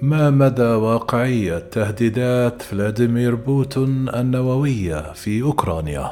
ما مدى واقعية تهديدات فلاديمير بوتين النووية في أوكرانيا؟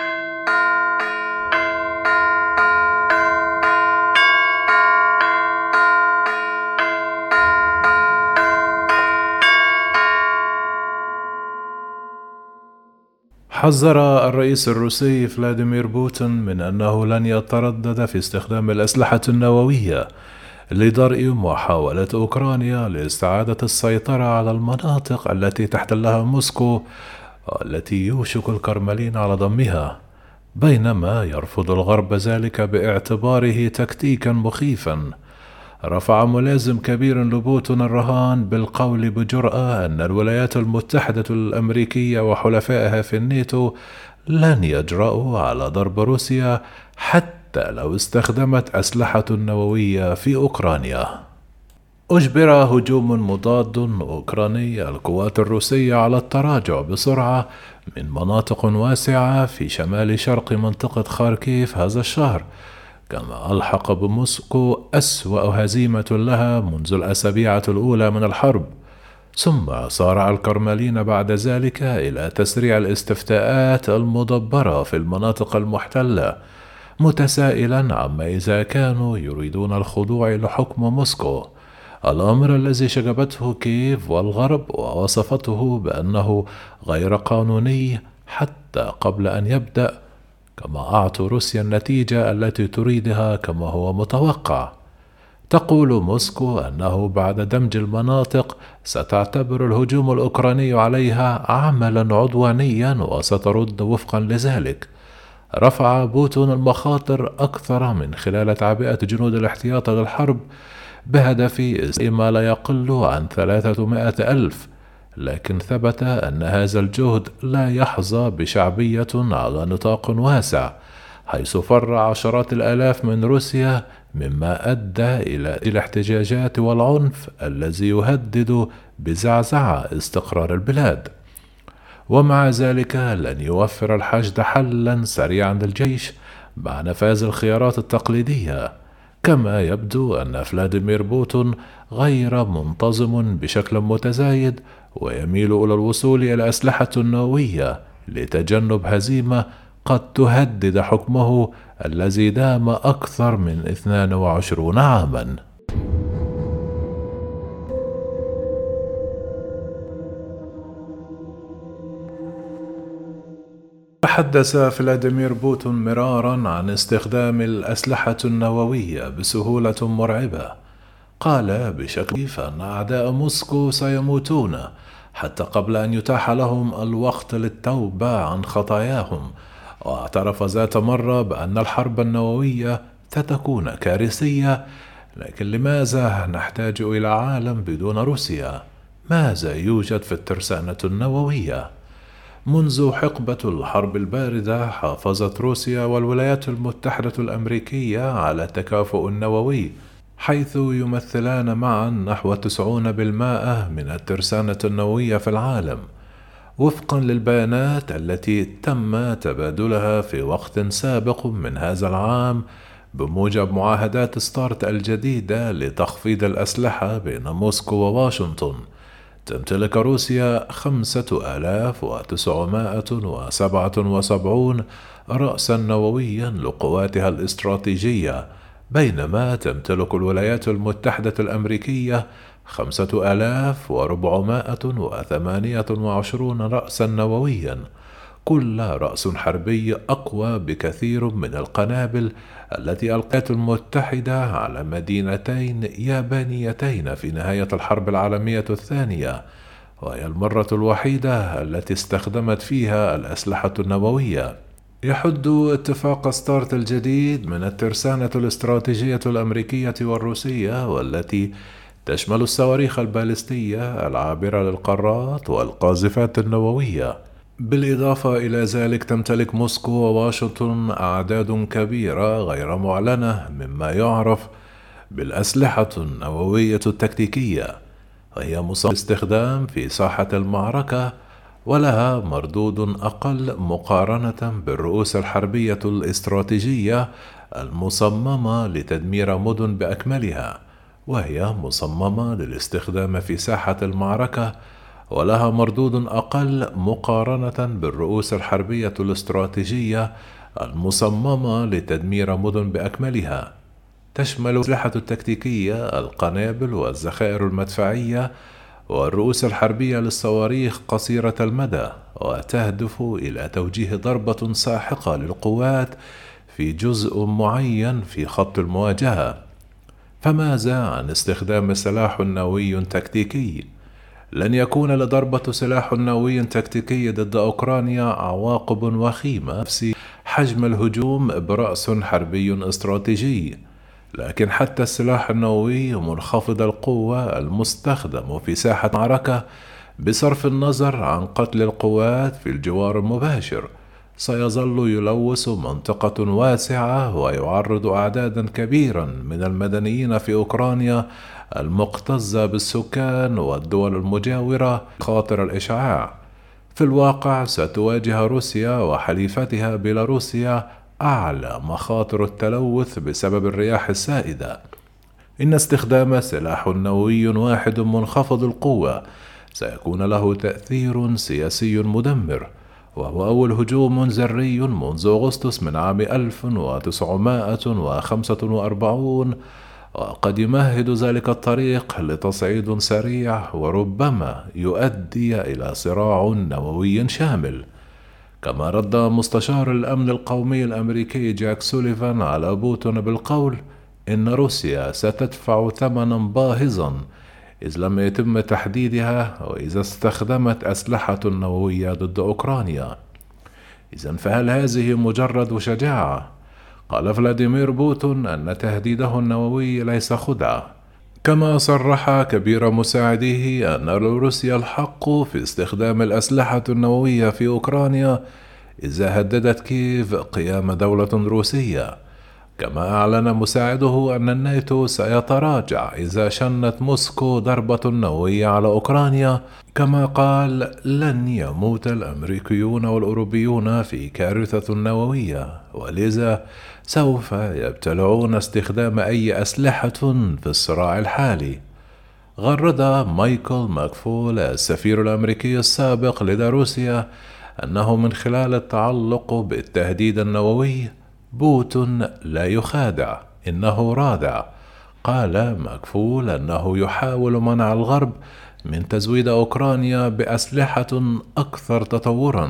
حذر الرئيس الروسي فلاديمير بوتين من أنه لن يتردد في استخدام الأسلحة النووية لدرء محاولة أوكرانيا لاستعادة السيطرة على المناطق التي تحتلها موسكو، التي يوشك الكرملين على ضمها، بينما يرفض الغرب ذلك باعتباره تكتيكا مخيفا. رفع ملازم كبير لبوتين الرهان بالقول بجرأة أن الولايات المتحدة الأمريكية وحلفائها في الناتو لن يجرؤوا على ضرب روسيا حتى لو استخدمت أسلحة نووية في أوكرانيا. أجبر هجوم مضاد أوكراني القوات الروسية على التراجع بسرعة من مناطق واسعة في شمال شرق منطقة خاركيف هذا الشهر، كما ألحق بموسكو أسوأ هزيمة لها منذ الأسابيع الأولى من الحرب. ثم سارع الكرملين بعد ذلك إلى تسريع الاستفتاءات المدبرة في المناطق المحتلة، متسائلا عما إذا كانوا يريدون الخضوع لحكم موسكو، الأمر الذي شجبته كييف والغرب ووصفته بأنه غير قانوني حتى قبل أن يبدأ، كما أعطوا روسيا النتيجة التي تريدها كما هو متوقع. تقول موسكو أنه بعد دمج المناطق ستعتبر الهجوم الأوكراني عليها عملا عدوانيا وسترد وفقا لذلك. رفع بوتين المخاطر أكثر من خلال تعبئة جنود الاحتياط للحرب بهدف ما لا يقل عن 300,000، لكن ثبت أن هذا الجهد لا يحظى بشعبية على نطاق واسع، حيث فر عشرات الآلاف من روسيا، مما أدى إلى الاحتجاجات والعنف الذي يهدد بزعزعة استقرار البلاد. ومع ذلك لن يوفر الحشد حلا سريعا للجيش مع نفاذ الخيارات التقليدية، كما يبدو أن فلاديمير بوتين غير منتظم بشكل متزايد ويميل إلى الوصول إلى أسلحة نووية لتجنب هزيمة قد تهدد حكمه الذي دام أكثر من 22 عاما. تحدث فلاديمير بوتين مرارا عن استخدام الأسلحة النووية بسهولة مرعبة. قال بشكل أن أعداء موسكو سيموتون حتى قبل أن يتاح لهم الوقت للتوبة عن خطاياهم، واعترف ذات مرة بأن الحرب النووية ستكون كارثية. لكن لماذا نحتاج إلى عالم بدون روسيا؟ ماذا يوجد في الترسانة النووية؟ منذ حقبة الحرب الباردة حافظت روسيا والولايات المتحدة الأمريكية على التكافؤ النووي، حيث يمثلان معا نحو 90% من الترسانة النووية في العالم، وفقا للبيانات التي تم تبادلها في وقت سابق من هذا العام بموجب معاهدات ستارت الجديدة لتخفيض الأسلحة بين موسكو وواشنطن. تمتلك روسيا 5977 رأسا نوويا لقواتها الاستراتيجية، بينما تمتلك الولايات المتحدة الأمريكية 5428 رأسا نوويا، كل رأس حربي أقوى بكثير من القنابل التي ألقت المتحدة على مدينتين يابانيتين في نهاية الحرب العالمية الثانية، وهي المرة الوحيدة التي استخدمت فيها الأسلحة النووية. يحد اتفاق ستارت الجديد من الترسانة الاستراتيجية الأمريكية والروسية، والتي تشمل الصواريخ البالستية العابرة للقارات والقاذفات النووية. بالإضافة إلى ذلك تمتلك موسكو وواشنطن أعداد كبيرة غير معلنة مما يعرف بالأسلحة النووية التكتيكية، وهي مصممة للاستخدام في ساحة المعركة، ولها مردود أقل مقارنة بالرؤوس الحربية الاستراتيجية المصممة لتدمير مدن بأكملها. وهي مصممة للاستخدام في ساحة المعركة، ولها مردود أقل مقارنة بالرؤوس الحربية الاستراتيجية المصممة لتدمير مدن بأكملها. تشمل الأسلحة التكتيكية القنابل والذخائر المدفعية والرؤوس الحربية للصواريخ قصيرة المدى، وتهدف إلى توجيه ضربة ساحقة للقوات في جزء معين في خط المواجهة. فماذا عن استخدام سلاح نووي تكتيكي؟ لن يكون لضربة سلاح نووي تكتيكي ضد أوكرانيا عواقب وخيمة نفس حجم الهجوم برأس حربي استراتيجي، لكن حتى السلاح النووي منخفض القوة المستخدم في ساحة معركة، بصرف النظر عن قتل القوات في الجوار المباشر، سيظل يلوث منطقة واسعة ويعرض أعدادا كبيرا من المدنيين في أوكرانيا المكتظة بالسكان والدول المجاورة خاطر الإشعاع. في الواقع ستواجه روسيا وحليفتها بيلاروسيا أعلى مخاطر التلوث بسبب الرياح السائدة. إن استخدام سلاح نووي واحد منخفض القوة سيكون له تأثير سياسي مدمر، وهو أول هجوم ذري منذ أغسطس من عام 1945، وقد يمهد ذلك الطريق لتصعيد سريع وربما يؤدي إلى صراع نووي شامل. كما رد مستشار الأمن القومي الأمريكي جاك سوليفان على بوتين بالقول إن روسيا ستدفع ثمنا باهظا إذ لم يتم تحديدها وإذا استخدمت أسلحة نووية ضد أوكرانيا. إذن فهل هذه مجرد شجاعة؟ قال فلاديمير بوتين أن تهديده النووي ليس خدعة، كما صرح كبير مساعديه أن لروسيا الحق في استخدام الأسلحة النووية في أوكرانيا إذا هددت كييف قيام دولة روسية. كما أعلن مساعده أن الناتو سيتراجع إذا شنت موسكو ضربة نووية على أوكرانيا. كما قال لن يموت الأمريكيون والأوروبيون في كارثة نووية، ولذا سوف يبتلعون استخدام أي أسلحة في الصراع الحالي. غرد مايكل ماكفول السفير الأمريكي السابق لدى روسيا أنه من خلال التعلق بالتهديد النووي بوتين لا يخادع، إنه رادع. قال ماكفول أنه يحاول منع الغرب من تزويد أوكرانيا بأسلحة أكثر تطورا.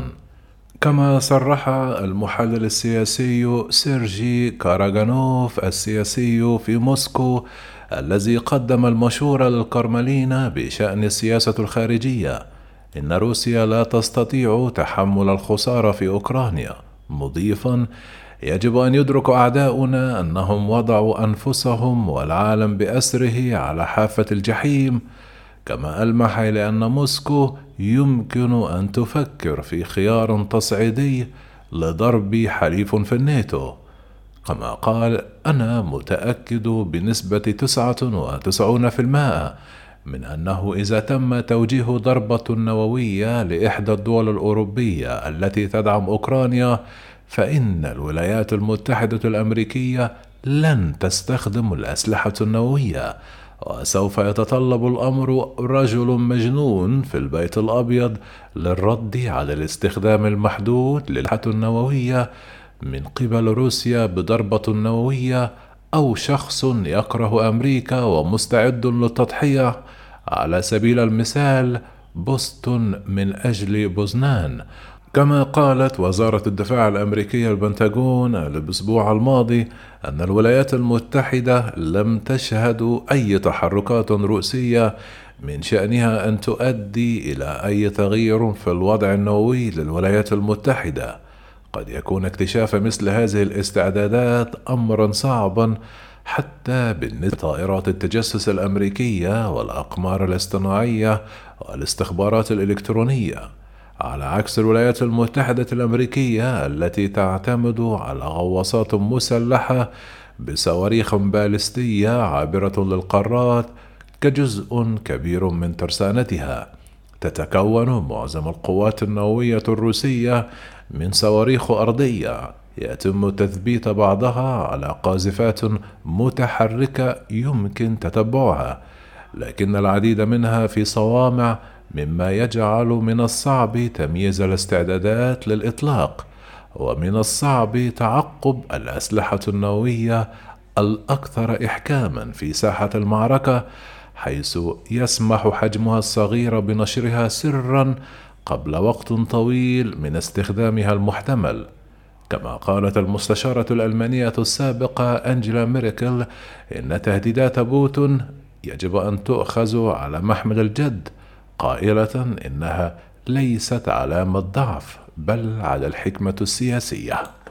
كما صرح المحلل السياسي سيرجي كاراغانوف السياسي في موسكو الذي قدم المشورة للكرملين بشأن السياسة الخارجية إن روسيا لا تستطيع تحمل الخسارة في أوكرانيا، مضيفا يجب أن يدرك أعداؤنا أنهم وضعوا أنفسهم والعالم بأسره على حافة الجحيم. كما ألمح إلى أن موسكو يمكن أن تفكر في خيار تصعيدي لضرب حليف في الناتو. كما قال أنا متأكد بنسبة 99% من أنه إذا تم توجيه ضربة نووية لإحدى الدول الأوروبية التي تدعم أوكرانيا، فإن الولايات المتحدة الأمريكية لن تستخدم الأسلحة النووية، وسوف يتطلب الأمر رجل مجنون في البيت الأبيض للرد على الاستخدام المحدود للأسلحة النووية من قبل روسيا بضربة نووية، أو شخص يكره أمريكا ومستعد للتضحية، على سبيل المثال بوسطن من أجل بوزنان. كما قالت وزارة الدفاع الأمريكية البنتاغون الأسبوع الماضي أن الولايات المتحدة لم تشهد أي تحركات روسية من شأنها أن تؤدي إلى أي تغيير في الوضع النووي للولايات المتحدة. قد يكون اكتشاف مثل هذه الاستعدادات أمرا صعبا حتى بالنسبة لطائرات التجسس الأمريكية والأقمار الاصطناعية والاستخبارات الإلكترونية، على عكس الولايات المتحدة الأمريكية التي تعتمد على غواصات مسلحة بصواريخ باليستية عابرة للقارات كجزء كبير من ترسانتها. تتكون معظم القوات النووية الروسية من صواريخ أرضية، يتم تثبيت بعضها على قاذفات متحركة يمكن تتبعها، لكن العديد منها في صوامع، مما يجعل من الصعب تمييز الاستعدادات للإطلاق، ومن الصعب تعقب الأسلحة النووية الأكثر إحكامًا في ساحة المعركة، حيث يسمح حجمها الصغير بنشرها سرًا قبل وقت طويل من استخدامها المحتمل. كما قالت المستشارة الألمانية السابقة أنجيلا ميركل إن تهديدات بوتين يجب أن تؤخذ على محمل الجد، قائلة إنها ليست علامة ضعف بل على الحكمة السياسية.